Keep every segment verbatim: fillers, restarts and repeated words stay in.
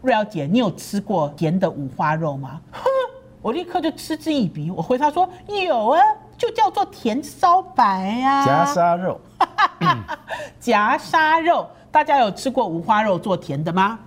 瑞瑶姐，你有吃过甜的五花肉吗？哼，我立刻就嗤之以鼻。我回答说有啊，就叫做甜烧白啊， 夹沙肉。 夹沙肉，大家有吃过五花肉做甜的吗？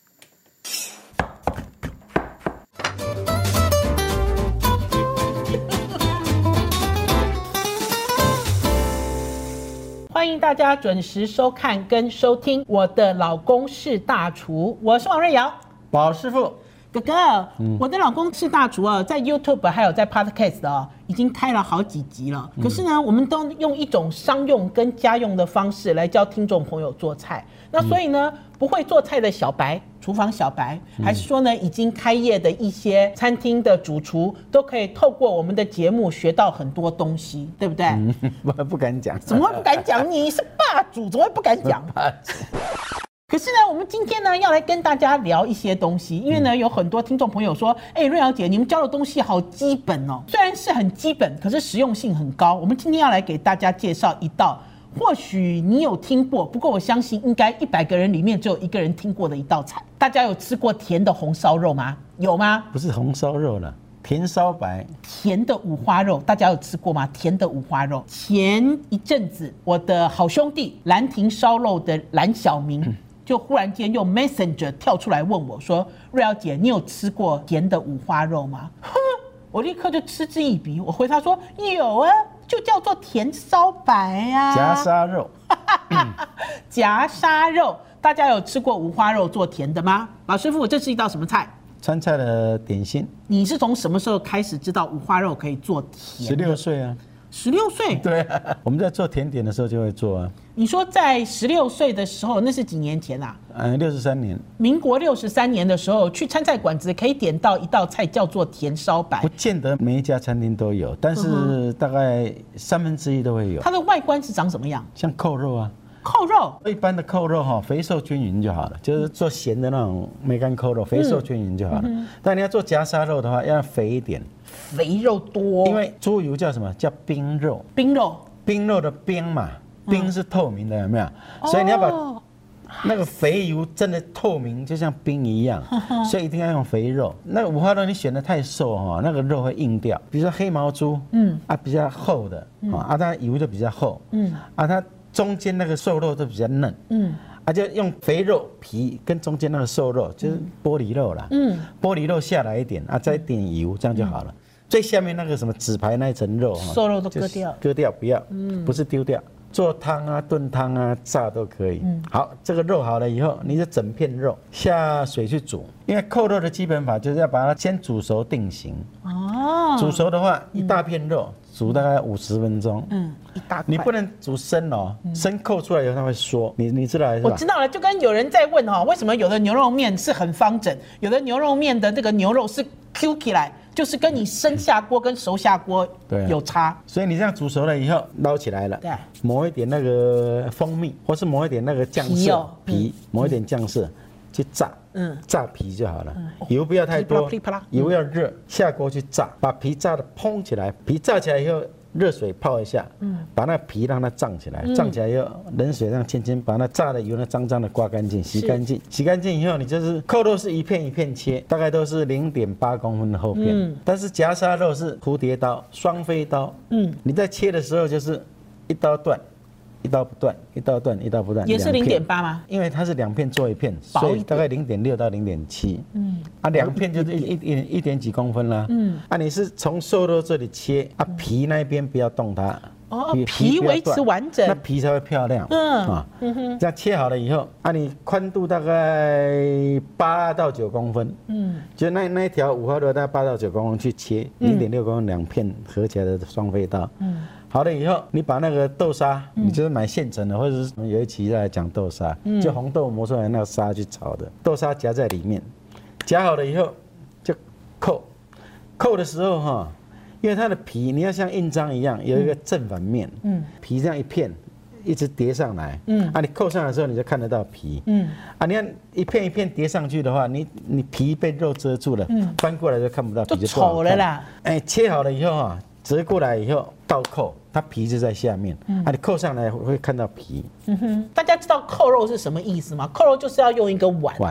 欢迎大家准时收看跟收听我的老公是大厨，我是王瑞瑶， 宝师傅。 哥哥，嗯、我的老公是大厨啊，在 YouTube 还有在 Podcast 啊，已经开了好几集了。可是呢，我们都用一种商用跟家用的方式来教听众朋友做菜。那所以呢，不会做菜的小白，厨房小白，还是说呢，已经开业的一些餐厅的主厨，都可以透过我们的节目学到很多东西，对不对？ 嗯、不不敢讲， 怎么会不敢讲？你是霸主，怎么会不敢讲？可是呢，我们今天呢要来跟大家聊一些东西，因为呢有很多听众朋友说，哎，瑞瑶姐，你们教的东西好基本哦，虽然是很基本，可是实用性很高。我们今天要来给大家介绍一道，或许你有听过，不过我相信应该一百个人里面只有一个人听过的一道菜。大家有吃过甜的红烧肉吗？有吗？ 不是红烧肉了。甜烧白， 甜的五花肉，大家有吃过吗？甜的五花肉，前一阵子我的好兄弟兰亭烧肉的蓝小明。嗯就忽然间用 Messenger 跳出来问我说：“瑞瑶姐，你有吃过甜的五花肉吗？”哼，我立刻就嗤之以鼻。我回答说：“有啊，就叫做甜烧白啊， 夹沙肉。 夹沙肉，大家有吃过五花肉做甜的吗？老师傅，这是一道什么菜？ 川菜的点心。 你是从什么时候开始知道五花肉可以做甜？ 十六岁啊。 十六岁？ 对啊，我们在做甜点的时候就会做啊。 你说在十六岁的时候，那是几年前啊？ 嗯，六十三年。 民国六十三年的时候，去川菜馆子可以点到一道菜叫做甜烧白。 不见得每一家餐厅都有，但是大概三分之一都会有。 它的外观是长什么样？ 像扣肉啊。 扣肉， 一般的扣肉哈，肥瘦均匀就好了，就是做咸的那种梅干扣肉，肥瘦均匀就好了。嗯、但你要做夹沙肉的话，要肥一点， 肥肉多。 因为猪油叫什么？叫冰肉。 冰肉， 冰肉的冰嘛，冰是透明的，有没有？嗯、所以你要把那个肥油真的透明，就像冰一样，哦、所以一定要用肥肉。那个五花肉你选的太瘦哈，那个肉会硬掉。比如说黑毛猪，嗯啊比较厚的，嗯、啊它油就比较厚，嗯啊它。中间那个瘦肉都比较嫩，嗯，啊，就用肥肉皮跟中间那个瘦肉，就是玻璃肉啦，嗯，玻璃肉下来一点啊，再一点油，这样就好了。嗯、最下面那个什么纸牌那一层肉， 瘦肉都割掉， 割掉不要，嗯，不是丢掉，做汤啊、炖汤啊、炸都可以。嗯，好，这个肉好了以后，你就整片肉下水去煮，因为扣肉的基本法就是要把它先煮熟定型。哦，煮熟的话，一大片肉。嗯煮大概五十分钟，嗯，一大块，你不能煮生哦，生扣出来以后它会缩，你你知道是吧？ 我知道了，就跟有人在问哦，为什么有的牛肉面是很方整，有的牛肉面的这个牛肉是 Q 起来，就是跟你生下锅跟熟下锅有差。 所以你这样煮熟了以后捞起来了，对，抹一点那个蜂蜜，或是抹一点那个酱色皮，抹一点酱色去炸。嗯，炸皮就好了，油不要太多，油要热，下锅去炸，把皮炸的蓬起来，皮炸起来以后，热水泡一下，嗯，把那皮让它胀起来，胀起来以后，冷水让轻轻把那炸的油呢脏脏的刮干净，洗干净，洗干净以后，你就是扣肉是一片一片切，大概都是零点八公分的厚片，嗯，但是夹沙肉是蝴蝶刀、双飞刀，嗯，你在切的时候就是一刀断。一刀不断，一刀断，一刀不断， 也是零点八吗？ 因为它是两片做一片，所以大概零点六到零点七。嗯，啊，两片就是一一点一点几公分啦。嗯，啊，你是从瘦肉这里切，啊，皮那边不要动它。 哦，皮维持完整， 那皮才会漂亮。嗯啊，嗯哼，这样切好了以后，啊，你宽度大概八到九公分。嗯，就那那一条五花肉大概八到九公分去切，零点六公分两片合起来的双飞刀。嗯。好了以后，你把那个豆沙，嗯、你就是买现成的，或者是有一期在讲豆沙，嗯、就红豆磨出来那个沙去炒的，豆沙夹在里面，夹好了以后就扣，扣的时候哈，因为它的皮你要像印章一样有一个正反面，嗯，皮这样一片一直叠上来，嗯，啊，你扣上来的时候你就看得到皮，嗯，啊，你看一片一片叠上去的话，你你皮被肉遮住了，嗯，翻过来就看不到皮， 就丑了啦。 哎，切好了以后哈。折过来以后倒扣，它皮就在下面，嗯、啊，你扣上来会看到皮。 嗯哼，大家知道扣肉是什么意思吗？扣肉就是要用一个碗，碗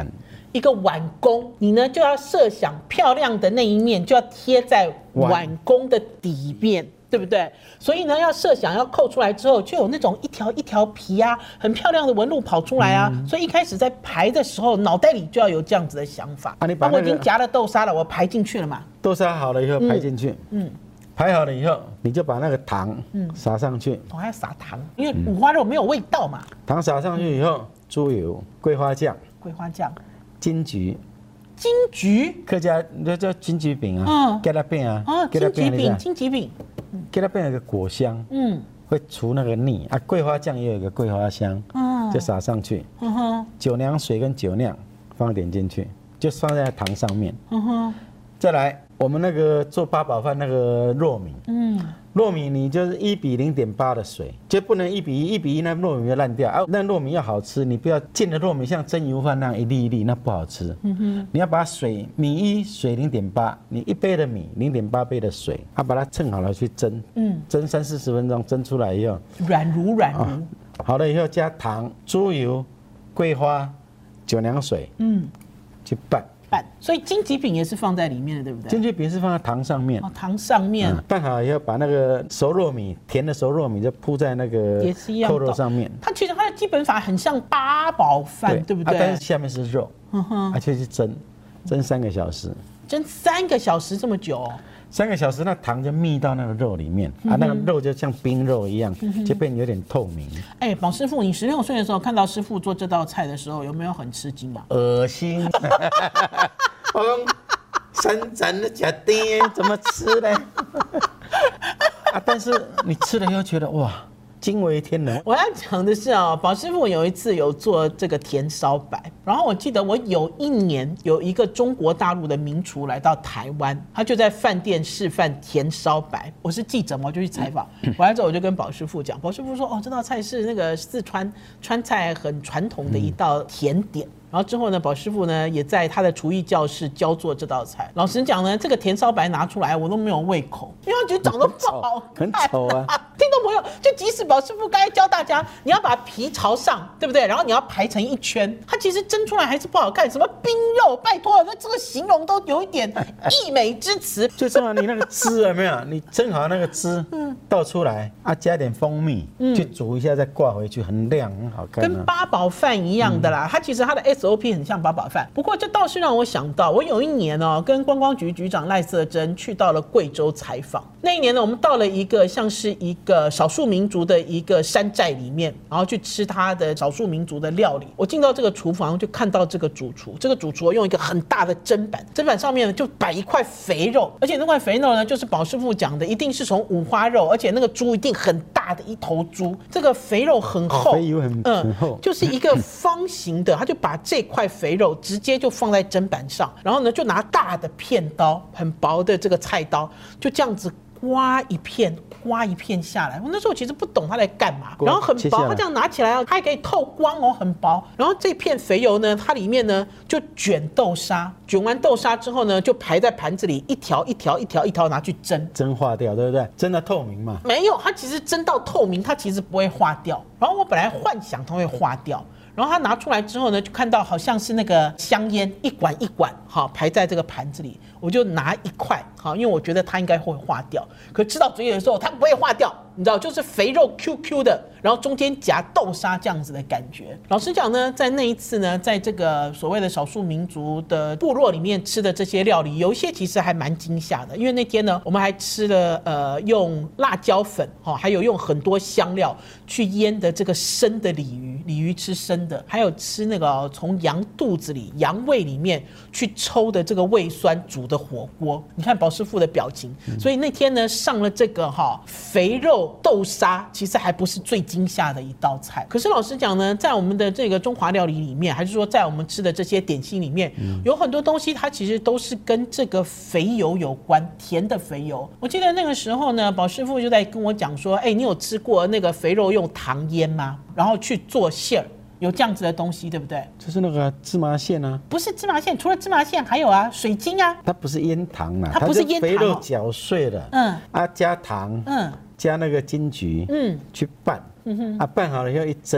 一个碗公，你呢就要设想漂亮的那一面就要贴在碗公的底面。对不对？所以呢，要设想要扣出来之后，就有那种一条一条皮啊，很漂亮的纹路跑出来啊。嗯、所以一开始在排的时候，脑袋里就要有这样子的想法。啊，你把、那個、我已经夹了豆沙了，我排进去了嘛。 豆沙好了以后排进去，嗯，嗯排好了以后，你就把那个糖撒上去。我、嗯、还要撒糖，因为五花肉没有味道嘛。嗯、糖撒上去以后，猪油、桂花酱、 桂花酱、 金桔。 金桔， 客家那叫金桔饼啊，嗯，给它饼啊， 哦，金桔饼，金桔饼， 给它饼有一个果香，嗯，会除那个腻啊。桂花酱也有一个桂花香，嗯，就撒上去，嗯哼，酒酿水跟酒酿放一点进去，就放在糖上面，嗯哼，再来我们那个做八宝饭那个糯米，嗯。糯米你就是一比零点八的水，就不能一比一，一比一那糯米会烂掉啊。那糯米要好吃，你不要进的糯米像蒸油饭那样一粒一粒，那不好吃。嗯哼，你要把水米一水零点八，你一杯的米零点八杯的水，啊，把它称好了去蒸，嗯，蒸三四十分钟，蒸出来以后软如软如、哦。 好了以后加糖、猪油、桂花、酒酿水，嗯，去拌。 所以金桔饼也是放在里面的，对不对？ 金桔饼是放在糖上面， 哦，糖上面、嗯、 拌好以后，把那个熟糯米，甜的熟糯米就铺在那个扣肉上面。 它其实它的基本法很像八宝饭， 对, 对不对、啊？ 但是下面是肉，嗯哼，而且是蒸，蒸三个小时， 蒸三个小时这么久、哦。 三个小时，那糖就密到那个肉里面、嗯、啊，那个肉就像冰肉一样，嗯、就变有点透明。 哎，宝师傅，你十六岁的时候看到师傅做这道菜的时候，有没有很吃惊啊？ 恶心！我讲三盏的假丁怎么吃呢？啊，但是你吃了以后觉得哇，惊为天人。 我要讲的是啊、哦，宝师傅有一次有做这个甜烧白，然后我记得我有一年有一个中国大陆的名厨来到台湾，他就在饭店示范甜烧白。我是记者嘛，我就去采访，回来之后我就跟宝师傅讲，宝师傅说哦，这道菜是那个四川川菜很传统的一道甜点。然后之后呢，宝师傅呢也在他的厨艺教室教做这道菜。老实讲呢，这个甜烧白拿出来我都没有胃口，因为他觉得长得不好看， 很丑啊。 听众朋友，就即使宝师傅刚才教大家，你要把皮朝上，对不对？然后你要排成一圈，它其实蒸出来还是不好看。什么冰肉，拜托，那这个形容都有一点溢美之词。 最重要，你那个汁有没有？你蒸好那个汁，嗯，倒出来啊，加点蜂蜜，嗯，去煮一下，再挂回去，很亮，很好看、啊。 跟八宝饭一样的啦，嗯、它其实它的 S O P 很像八宝饭。不过这倒是让我想到，我有一年哦，跟观光局局长赖瑟珍去到了贵州采访。那一年呢，我们到了一个像是一个少数民族的一个山寨里面，然后去吃他的少数民族的料理。我进到这个厨房，就看到这个主厨，这个主厨用一个很大的砧板，砧板上面呢就摆一块肥肉，而且那块肥肉呢，就是宝师傅讲的，一定是从五花肉，而且那个猪一定很大的一头猪，这个肥肉很厚， 肥油很很厚， 就是一个方形的，他就把这块肥肉直接就放在砧板上，然后呢就拿大的片刀，很薄的这个菜刀，就这样子刮一片刮一片下来。我那时候其实不懂他在干嘛，然后很薄，他这样拿起来它还可以透光哦，很薄。然后这片肥油呢，它里面呢就卷豆沙，卷完豆沙之后呢，就排在盘子里，一条一条一条一条拿去蒸， 蒸化掉，对不对？蒸到透明嘛？ 没有，它其实蒸到透明，它其实不会化掉。然后我本来幻想它会化掉。然后他拿出来之后呢，就看到好像是那个香烟一管一管，好排在这个盘子里。我就拿一块，好，因为我觉得它应该会化掉。可吃到嘴里的时候，它不会化掉，你知道，就是肥肉 Q Q 的，然后中间夹豆沙这样子的感觉。老实讲呢，在那一次呢，在这个所谓的少数民族的部落里面吃的这些料理，有一些其实还蛮惊吓的。因为那天呢，我们还吃了呃用辣椒粉，哈，还有用很多香料去腌的这个生的鲤鱼，鲤鱼吃生的，还有吃那个从羊肚子里、羊胃里面去抽的这个胃酸煮的火锅。你看宝师傅的表情，所以那天呢上了这个哈肥肉豆沙，其实还不是最惊吓的一道菜。可是老实讲呢，在我们的这个中华料理里面，还是说在我们吃的这些点心里面，有很多东西它其实都是跟这个肥油有关，甜的肥油。我记得那个时候呢，宝师傅就在跟我讲说，哎，你有吃过那个肥肉用糖腌吗？然后去做馅儿。有这样子的东西，对不对？ 就是那个芝麻馅啊， 不是芝麻馅，除了芝麻馅还有啊，水晶啊。 它不是腌糖啊， 它不是腌糖、哦， 肥肉搅碎了，嗯，啊加糖，嗯，加那个金桔，嗯，去拌，嗯哼，啊拌好了以后一蒸，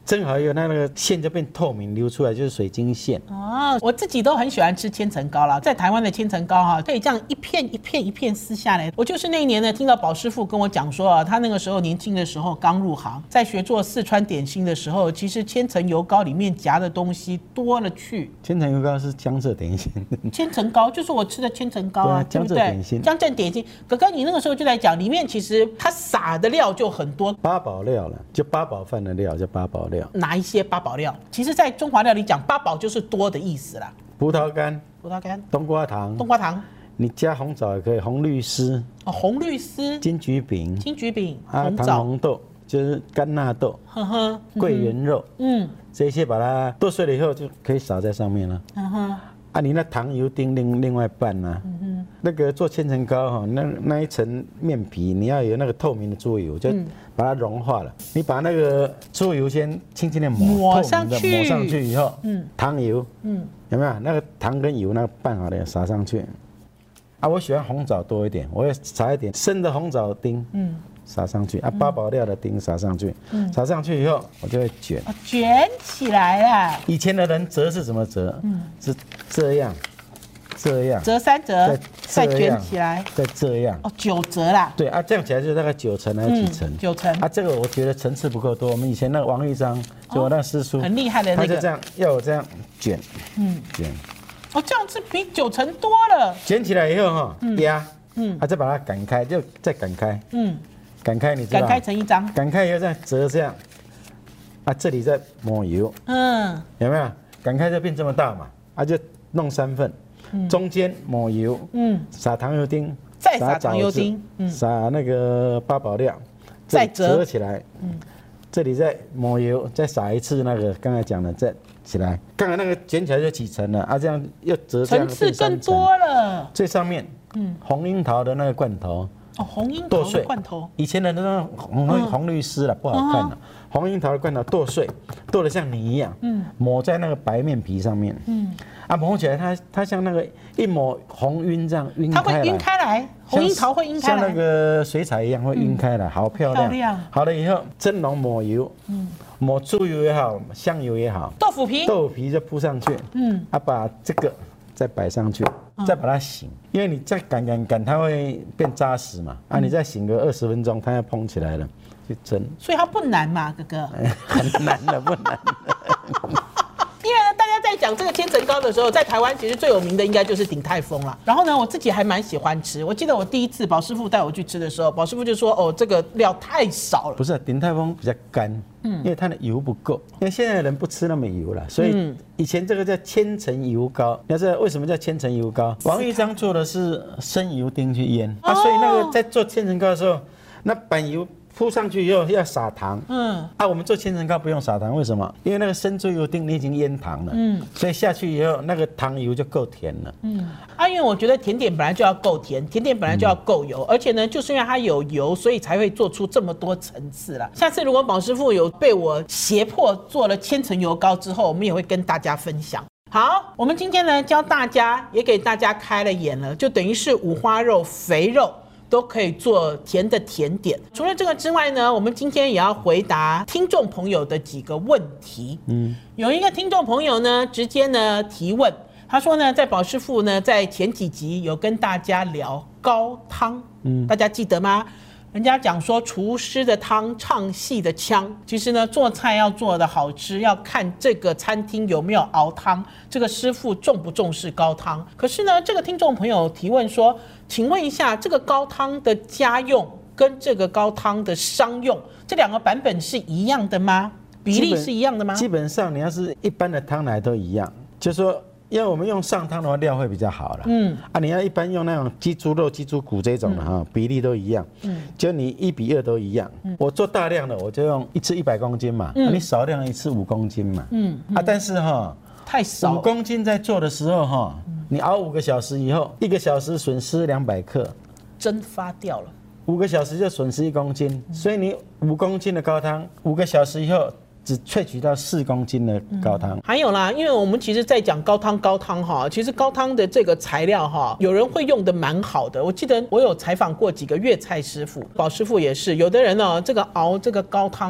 蒸好以后，那那个馅就变透明，流出来就是水晶馅。 哦，我自己都很喜欢吃千层糕啦，在台湾的千层糕哈，可以这样一片一片一片撕下来。我就是那一年呢，听到宝师傅跟我讲说啊，他那个时候年轻的时候刚入行，在学做四川点心的时候，其实千层油糕里面夹的东西多了去。 千层油糕是江浙点心， 千层糕就是我吃的千层糕啊， 对，江浙点心。 江浙点心，哥哥，你那个时候就在讲，里面其实它撒的料就很多， 八宝料了，就八宝饭的料叫八宝料。 哪一些八宝料？其实，在中华料理讲，八宝就是多的意思啦。 葡萄干、 葡萄干、 冬瓜糖、 冬瓜糖， 你加红枣也可以，红绿丝、 哦，红绿丝、 金桔饼、 金桔饼、 啊， 红枣、 糖红豆就是干纳豆、 呵呵， 桂圆肉， 嗯， 这些把它剁碎了以后就可以撒在上面了。 嗯哼， 啊，你那糖油丁另另外拌呐、啊。嗯哼，那个做千层糕哈，那那一层面皮你要有那个透明的猪油，就把它融化了。你把那个猪油先轻轻的抹， 抹上去， 抹上去以后，嗯，糖油，嗯，有没有那个糖跟油那个拌好的撒上去？啊，我喜欢红枣多一点，我要撒一点生的红枣丁，嗯。撒上去啊，八宝料的丁撒上去，嗯，撒上去以后，我就会卷， 哦、卷起来了。 以前的人折是怎么折？嗯，是这样，这样， 折三折，再卷起来， 再这样。 哦，九折啦。 对啊，这样起来就大概九层还是几层？ 嗯、九层。 啊，这个我觉得层次不够多。我们以前那个王玉章，就我那个师叔， 哦、很厉害的那个， 他就这样要我这样卷，嗯，卷。 哦，这样子比九层多了。 卷起来以后哈，压，嗯，啊，再把它擀开，就再擀开，嗯。擀开，你知道？ 擀开成一张。 擀开以后再折这样，啊，这里再抹油，嗯，有没有？擀开就变这么大嘛，啊，就弄三份，嗯、中间抹油，嗯，撒糖油丁， 再撒糖油丁， 嗯，撒那个八宝料， 再折起来，嗯，这里再抹油，再撒一次那个刚才讲的，再起来，刚才那个卷起来就几层了，啊，这样又折这样层次更多了。 最上面，嗯，红樱桃的那个罐头。 哦，红樱桃的罐头， 以前的那种红绿红绿丝了，不好看了。红樱桃的罐头剁碎，剁得像泥一样，嗯，抹在那个白面皮上面，嗯，啊，抹起来它它像那个一抹红晕这样晕开来， 它会晕开来，红樱桃会晕开来， 像那个水彩一样会晕开来，好漂亮。漂亮。好了以后蒸笼抹油，嗯，抹猪油也好，香油也好， 豆腐皮， 豆腐皮就铺上去，嗯，啊，把这个再摆上去。再把它醒，因为你再擀擀擀，它会变扎实嘛。啊，你再醒个二十分钟，它要蓬起来了，去蒸。 所以它不难嘛，哥哥。 很难的，不难的。 因为呢，大家在讲这个千层糕的时候，在台湾其实最有名的应该就是鼎泰丰啦。然后呢，我自己还蛮喜欢吃。我记得我第一次宝师傅带我去吃的时候，宝师傅就说：“哦，这个料太少了。” 不是，鼎泰丰比较干，嗯，因为它的油不够。因为现在的人不吃那么油了，所以以前这个叫千层油糕。你要知道为什么叫千层油糕？王玉章做的是生油丁去腌啊，所以那个在做千层糕的时候，那板油铺上去以后要撒糖，嗯，啊，我们做千层糕不用撒糖，为什么？因为那个生猪油丁你已经腌糖了，嗯，所以下去以后那个糖油就够甜了，嗯， 啊，因为我觉得甜点本来就要够甜，甜点本来就要够油，而且呢，就是因为它有油，所以才会做出这么多层次了。下次如果宝师傅有被我胁迫做了千层油糕之后，我们也会跟大家分享。好，我们今天呢教大家，也给大家开了眼了，就等于是五花肉、肥肉都可以做甜的甜点。除了这个之外呢，我们今天也要回答听众朋友的几个问题。嗯，有一个听众朋友呢，直接呢提问，他说呢，在宝师傅呢在前几集有跟大家聊高汤，嗯，大家记得吗？人家讲说厨师的汤唱戏的腔，其实呢做菜要做的好吃，要看这个餐厅有没有熬汤，这个师傅重不重视高汤。可是呢，这个听众朋友提问说，请问一下，这个高汤的家用跟这个高汤的商用，这两个版本是一样的吗？比例是一样的吗？ 基本上你要是一般的汤来都一样，就是说因为我们用上汤的话，料会比较好了。嗯，啊，你要一般用那种鸡猪肉、鸡猪骨这种的哈，嗯、比例都一样。嗯，就你一比二都一样。嗯，我做大量的，我就用一次一百公斤嘛。嗯，啊、你少量一次五公斤嘛。嗯，嗯啊，但是哈， 太少。 五公斤在做的时候哈，你熬五个小时以后，一个小时损失两百克， 蒸发掉了。 五个小时就损失一公斤，嗯、所以你五公斤的高汤，五个小时以后。只萃取到四公斤的高汤、嗯， 还有啦，因为我们其实在讲高汤高汤哈，其实高汤的这个材料哈，有人会用的蛮好的。我记得我有采访过几个粤菜师傅，宝师傅也是，有的人呢、哦，这个熬这个高汤哦，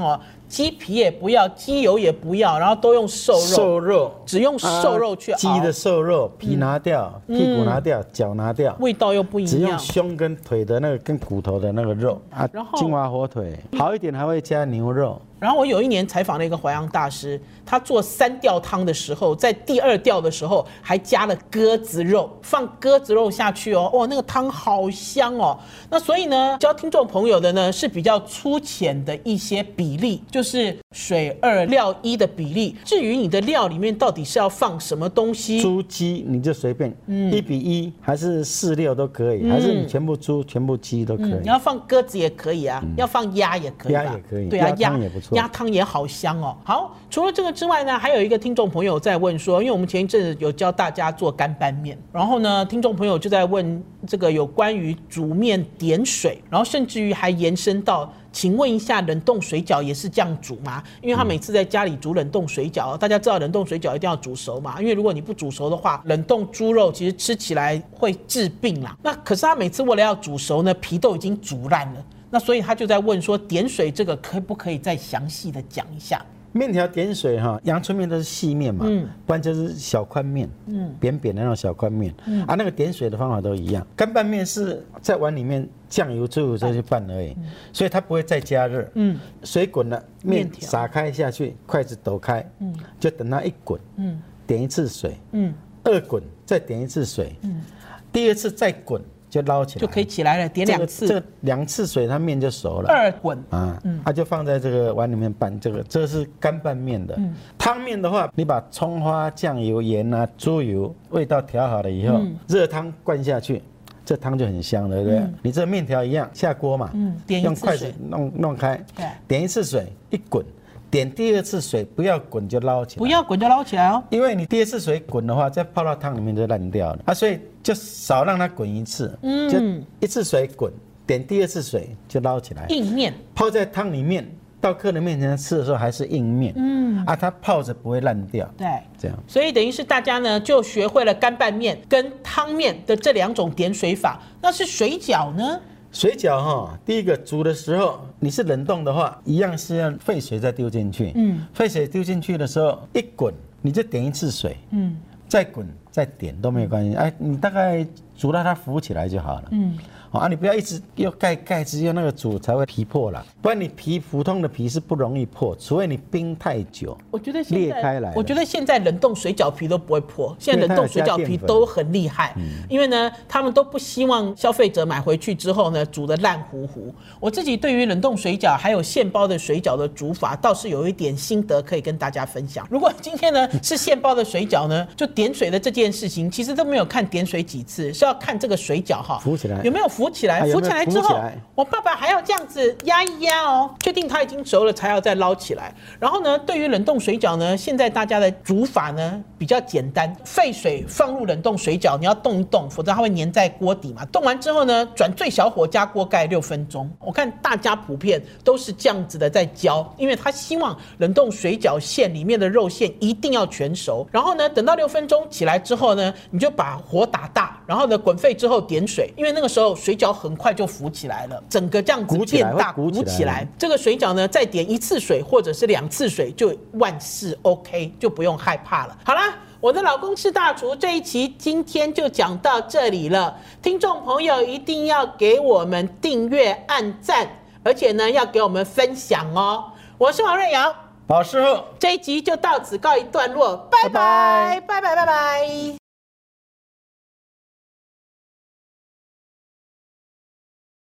鸡皮也不要，鸡油也不要，然后都用瘦肉， 瘦肉只用瘦肉去熬。 鸡的瘦肉皮拿掉，嗯、屁股拿掉，脚拿掉， 味道又不一样。 只用胸跟腿的那个跟骨头的那个肉啊，然后金华火腿好一点还会加牛肉。 然后我有一年采访了一个淮扬大师，他做三吊汤的时候，在第二吊的时候还加了鸽子肉，放鸽子肉下去哦，哇，那个汤好香哦。那所以呢，教听众朋友的呢是比较粗浅的一些比例，就是水二料一的比例。至于你的料里面到底是要放什么东西， 猪鸡你就随便，嗯，一比一还是四六都可以，嗯、还是你全部猪全部鸡都可以。嗯、 你要放鸽子也可以啊，嗯、要放鸭也可以， 鸭也可以， 对啊， 鸭也不错。 鸭汤也好香哦。好，除了这个之外呢，还有一个听众朋友在问说，因为我们前一阵子有教大家做干拌面，然后呢，听众朋友就在问这个有关于煮面点水，然后甚至于还延伸到，请问一下，冷冻水饺也是这样煮吗？因为他每次在家里煮冷冻水饺，大家知道冷冻水饺一定要煮熟嘛，因为如果你不煮熟的话，冷冻猪肉其实吃起来会致病啦。那可是他每次为了要煮熟呢，皮都已经煮烂了。那所以他就在问说，点水这个可不可以再详细的讲一下？ 面条点水哈，阳春面都是细面嘛，嗯，不然就是小宽面，嗯，扁扁的那种小宽面，嗯啊，那个点水的方法都一样。干拌面是在碗里面酱油、猪油这些拌而已，嗯、所以它不会再加热，嗯，水滚了，面撒开下去，筷子抖开，嗯，就等它一滚，嗯，点一次水，嗯，二滚再点一次水，嗯，第二次再滚。就捞起来就可以起来了，点两次， 这个两次水它面就熟了。 二滚啊，嗯，它就放在这个碗里面拌。这个这个是干拌面的。嗯、汤面的话，你把葱花、酱油、盐啊、猪油味道调好了以后，热、嗯、汤灌下去，这汤就很香了，对不对？嗯、你这面条一样，下锅嘛，嗯，点一次水，用筷子弄弄开，对，点一次水，一滚。点第二次水，不要滚就捞起来， 不要滚就捞起来哦。 因为你第二次水滚的话，再泡到汤里面就烂掉了啊，所以就少让它滚一次，嗯，就一次水滚，点第二次水就捞起来。 硬面泡在汤里面，到客人面前吃的时候还是硬面，嗯啊，它泡着不会烂掉。 对， 这样。 所以等于是大家呢就学会了干拌面跟汤面的这两种点水法。那是水饺呢？ 水饺哈，第一个煮的时候，你是冷冻的话，一样是要沸水再丢进去。嗯，沸水丢进去的时候，一滚你就点一次水，嗯，再滚再点都没有关系。哎，你大概煮到它浮起来就好了。嗯。啊，你不要一直要盖盖子，要那个煮才会皮破了，不然你皮普通的皮是不容易破，除非你冰太久， 我觉得裂开来。 我觉得现在冷冻水饺皮都不会破，现在冷冻水饺皮都很厉害，因为呢，他们都不希望消费者买回去之后呢煮得烂糊糊。我自己对于冷冻水饺还有现包的水饺的煮法，倒是有一点心得可以跟大家分享。如果今天呢是现包的水饺呢，就点水的这件事情，其实都没有看点水几次，是要看这个水饺哈浮起来有没有浮起来，浮起来之后，我爸爸还要这样子压一压哦，确定它已经熟了才要再捞起来。然后呢，对于冷冻水饺呢，现在大家的煮法呢比较简单，沸水放入冷冻水饺，你要动一动，否则它会粘在锅底嘛。动完之后呢，转最小火加锅盖六分钟。我看大家普遍都是这样子的在教，因为他希望冷冻水饺馅里面的肉馅一定要全熟。然后呢，等到六分钟起来之后呢，你就把火打大，然后呢滚沸之后点水，因为那个时候水饺很快就浮起来了，整个这样子变大鼓起来，起来这个水饺呢再点一次水或者是两次水就万事 OK， 就不用害怕了。好啦，我的老公是大厨这一期今天就讲到这里了，听众朋友一定要给我们订阅按赞，而且呢要给我们分享哦。我是王瑞瑶， 宝师傅， 这一集就到此告一段落，拜拜拜拜拜拜。